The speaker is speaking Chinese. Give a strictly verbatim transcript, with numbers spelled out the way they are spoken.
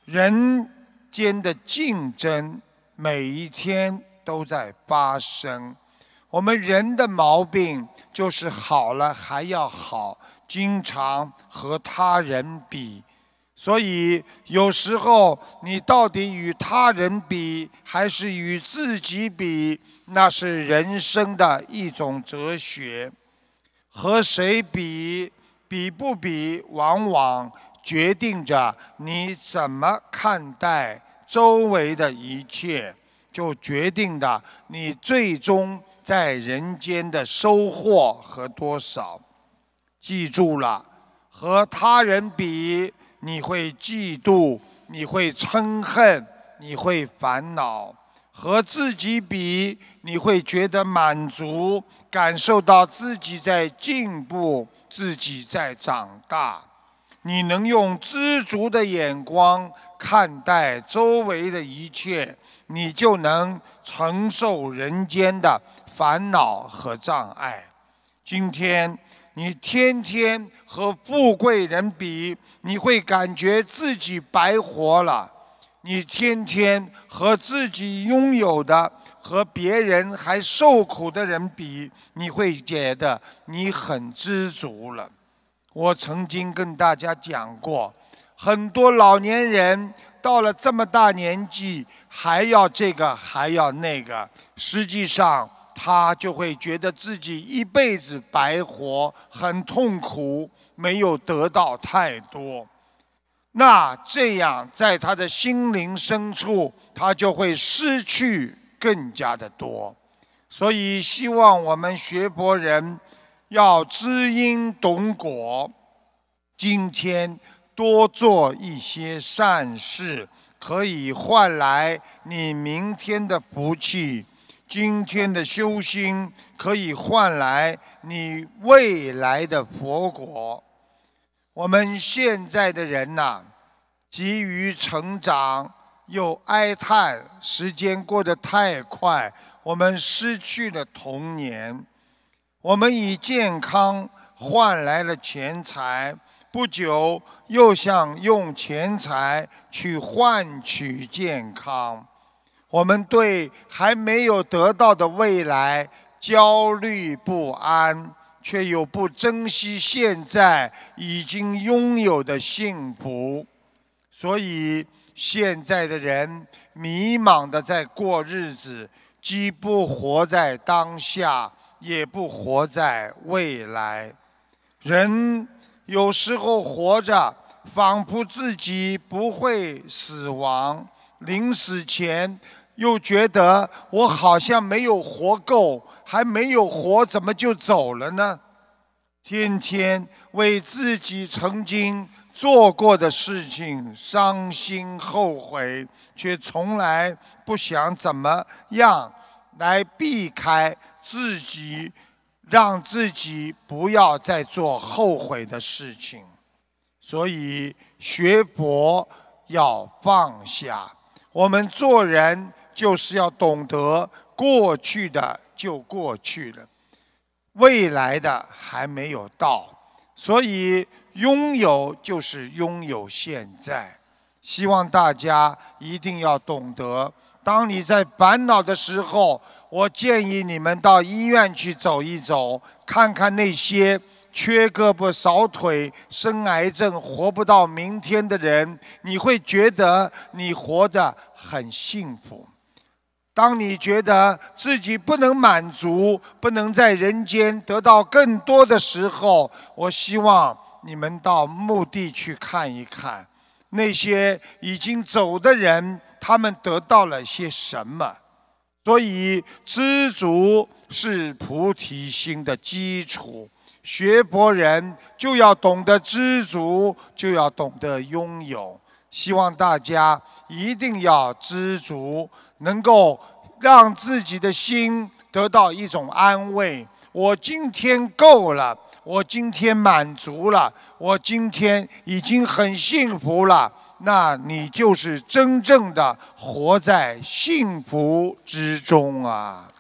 人间的竞争每一天都在发生。我们人的毛病就是好了还要好，经常和他人比。所以有时候你到底与他人比，还是与自己比，那是人生的一种哲学。和谁比，比不比，往往决定着你怎么看待周围的一切，就决定了你最终在人间的收获和多少。记住了，和他人比，你会嫉妒，你会嗔恨，你会烦恼；和自己比，你会觉得满足，感受到自己在进步，自己在长大。你能用知足的眼光看待周围的一切，你就能承受人间的烦恼和障碍。今天你天天和富贵人比，你会感觉自己白活了；你天天和自己拥有的和别人还受苦的人比，你会觉得你很知足了。我曾经跟大家讲过，很多老年人到了这么大年纪，还要这个还要那个，实际上他就会觉得自己一辈子白活，很痛苦，没有得到太多。那这样在他的心灵深处，他就会失去更加的多。所以希望我们学佛人要知因懂果，今天多做一些善事，可以换来你明天的福气；今天的修心可以换来你未来的佛果。我们现在的人呐、啊，急于成长，又哀叹时间过得太快，我们失去了童年。我们以健康换来了钱财，不久又想用钱财去换取健康。我们对还没有得到的未来焦虑不安，却又不珍惜现在已经拥有的幸福。所以现在的人迷茫地在过日子，既不活在当下，也不活在未来。人有时候活着，仿佛自己不会死亡，临死前又觉得我好像没有活够，还没有活，怎么就走了呢？天天为自己曾经做过的事情伤心后悔，却从来不想怎么样来避开自己，让自己不要再做后悔的事情。所以学佛要放下，我们做人就是要懂得过去的就过去了，未来的还没有到，所以拥有就是拥有现在。希望大家一定要懂得，当你在烦恼的时候，我建议你们到医院去走一走，看看那些缺胳膊少腿、生癌症活不到明天的人，你会觉得你活得很幸福。当你觉得自己不能满足，不能在人间得到更多的时候，我希望你们到墓地去看一看，那些已经走的人，他们得到了些什么。所以知足是菩提心的基础，学佛人就要懂得知足，就要懂得拥有。希望大家一定要知足，能够让自己的心得到一种安慰。我今天够了，我今天满足了，我今天已经很幸福了，那你就是真正的活在幸福之中啊。